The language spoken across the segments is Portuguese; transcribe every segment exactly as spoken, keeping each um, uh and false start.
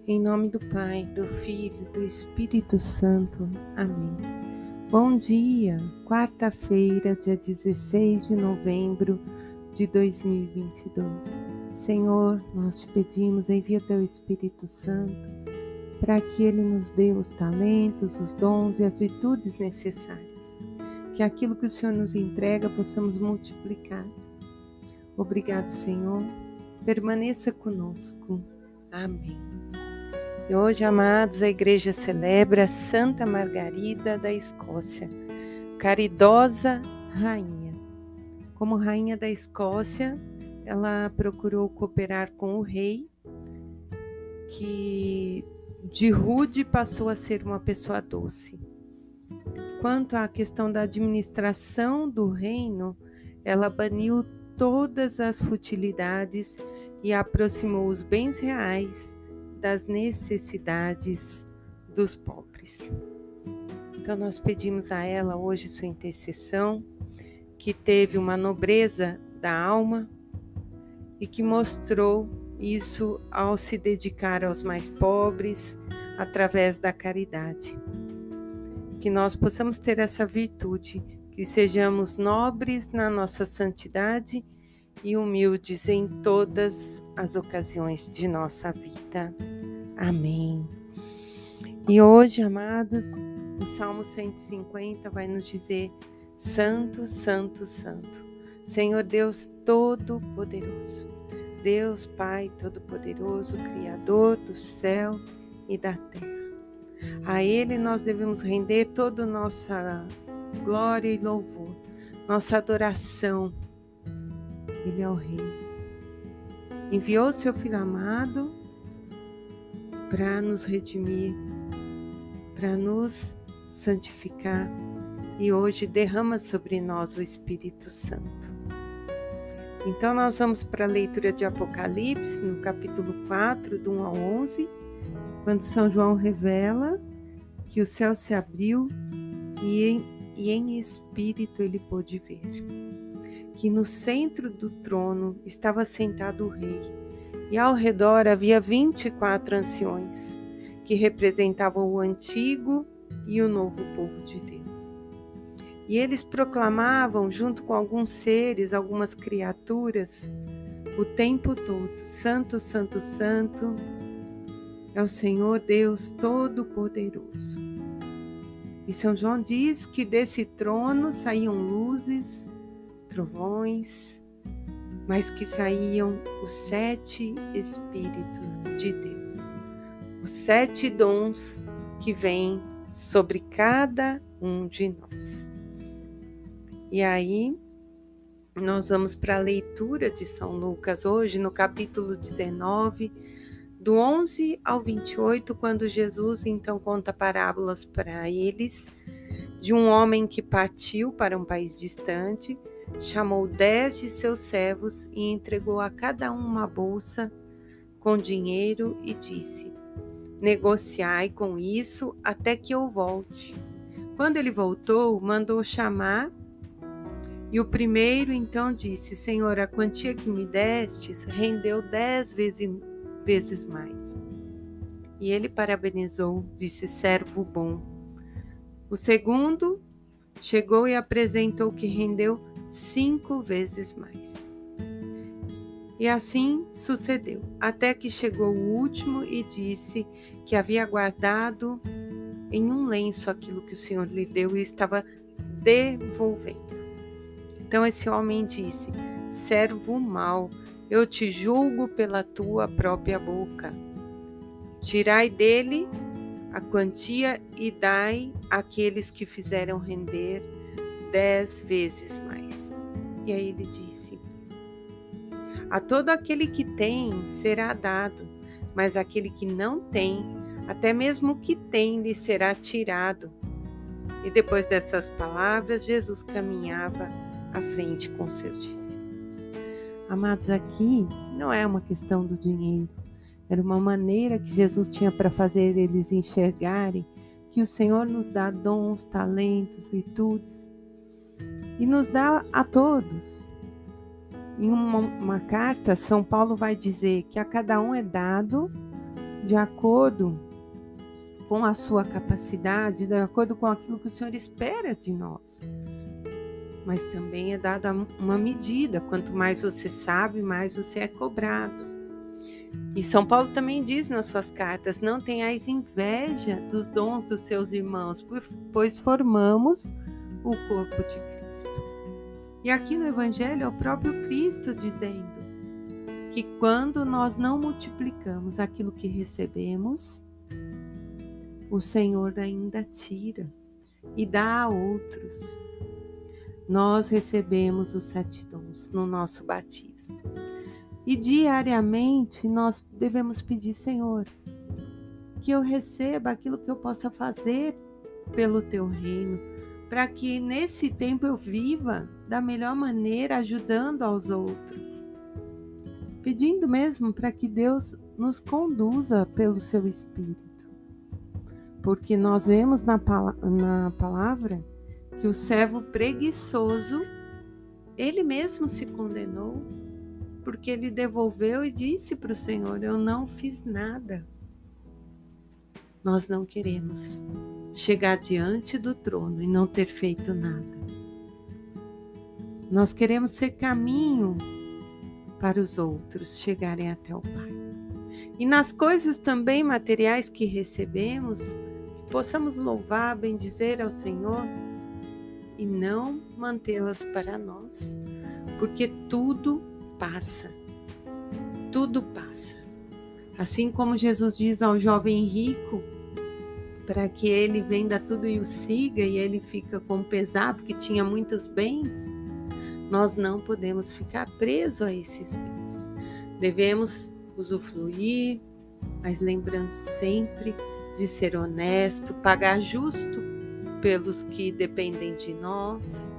Em nome do Pai, do Filho e do Espírito Santo. Amém. Bom dia, quarta-feira, dia dezesseis de novembro de dois mil e vinte e dois. Senhor, nós te pedimos, envia teu Espírito Santo para que ele nos dê os talentos, os dons e as virtudes necessárias. Que aquilo que o Senhor nos entrega possamos multiplicar. Obrigado, Senhor. Permaneça conosco. Amém. E hoje, amados, a igreja celebra Santa Margarida da Escócia, caridosa rainha. Como rainha da Escócia, ela procurou cooperar com o rei, que de rude passou a ser uma pessoa doce. Quanto à questão da administração do reino, ela baniu todas as futilidades e aproximou os bens reais das necessidades dos pobres. Então nós pedimos a ela hoje sua intercessão, que teve uma nobreza da alma e que mostrou isso ao se dedicar aos mais pobres através da caridade. Que nós possamos ter essa virtude, que sejamos nobres na nossa santidade e humildes em todas as ocasiões de nossa vida. Amém. E hoje, amados, o Salmo cento e cinquenta vai nos dizer: Santo, Santo, Santo, Senhor Deus Todo-Poderoso, Deus Pai Todo-Poderoso, Criador do céu e da terra. A Ele nós devemos render toda a nossa glória e louvor, nossa adoração. Ele é o Rei. Enviou seu Filho amado para nos redimir, para nos santificar, e hoje derrama sobre nós o Espírito Santo. Então nós vamos para a leitura de Apocalipse, no capítulo quatro, do um ao onze, quando São João revela que o céu se abriu e em, e em espírito ele pôde ver que no centro do trono estava sentado o rei, e ao redor havia vinte e quatro anciões, que representavam o antigo e o novo povo de Deus. E eles proclamavam, junto com alguns seres, algumas criaturas, o tempo todo: Santo, Santo, Santo é o Senhor Deus Todo-Poderoso. E São João diz que desse trono saíam luzes, trovões, mas que saíam os sete Espíritos de Deus, os sete dons que vêm sobre cada um de nós. E aí, nós vamos para a leitura de São Lucas hoje, no capítulo dezenove, do onze ao vinte e oito, quando Jesus então conta parábolas para eles de um homem que partiu para um país distante, chamou dez de seus servos e entregou a cada um uma bolsa com dinheiro e disse: negociai com isso até que eu volte. Quando ele voltou, mandou chamar, e o primeiro então disse: Senhor, a quantia que me destes rendeu dez vezes, vezes mais. E ele parabenizou, disse: servo bom. O segundo chegou e apresentou que rendeu cinco vezes mais. E assim sucedeu, até que chegou o último e disse que havia guardado em um lenço aquilo que o Senhor lhe deu e estava devolvendo. Então esse homem disse: servo mau, eu te julgo pela tua própria boca. Tirai dele a quantia e dai àqueles que fizeram render dez vezes mais. E aí ele disse: a todo aquele que tem será dado, mas aquele que não tem, até mesmo o que tem lhe será tirado. E depois dessas palavras, Jesus caminhava à frente com seus discípulos. Amados, aqui não é uma questão do dinheiro, era uma maneira que Jesus tinha para fazer eles enxergarem que o Senhor nos dá dons, talentos, virtudes, e nos dá a todos. Em uma, uma carta, São Paulo vai dizer que a cada um é dado de acordo com a sua capacidade, de acordo com aquilo que o Senhor espera de nós. Mas também é dada uma medida, quanto mais você sabe, mais você é cobrado. E São Paulo também diz nas suas cartas: não tenhais inveja dos dons dos seus irmãos, pois formamos o corpo de Cristo. E aqui no Evangelho é o próprio Cristo dizendo que quando nós não multiplicamos aquilo que recebemos, o Senhor ainda tira e dá a outros. Nós recebemos os sete dons no nosso batismo. E diariamente nós devemos pedir: Senhor, que eu receba aquilo que eu possa fazer pelo teu reino, para que nesse tempo eu viva da melhor maneira, ajudando aos outros. Pedindo mesmo para que Deus nos conduza pelo seu Espírito. Porque nós vemos na, na palavra que o servo preguiçoso, ele mesmo se condenou, porque ele devolveu e disse para o Senhor: eu não fiz nada. Nós não queremos chegar diante do trono e não ter feito nada. Nós queremos ser caminho para os outros chegarem até o Pai. E nas coisas também materiais que recebemos, que possamos louvar, bendizer ao Senhor e não mantê-las para nós, porque tudo passa, tudo passa. Assim como Jesus diz ao jovem rico, para que ele venda tudo e o siga, e ele fica com pesar porque tinha muitos bens, nós não podemos ficar presos a esses bens. Devemos usufruir, mas lembrando sempre de ser honesto, pagar justo pelos que dependem de nós,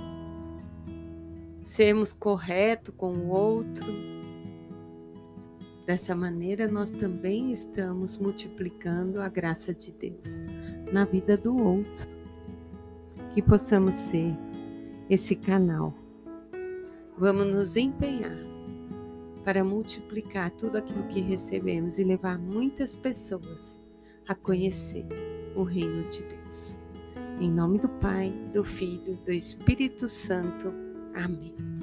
sermos corretos com o outro. Dessa maneira, nós também estamos multiplicando a graça de Deus na vida do outro. Que possamos ser esse canal. Vamos nos empenhar para multiplicar tudo aquilo que recebemos e levar muitas pessoas a conhecer o reino de Deus. Em nome do Pai, do Filho, do Espírito Santo. Amém.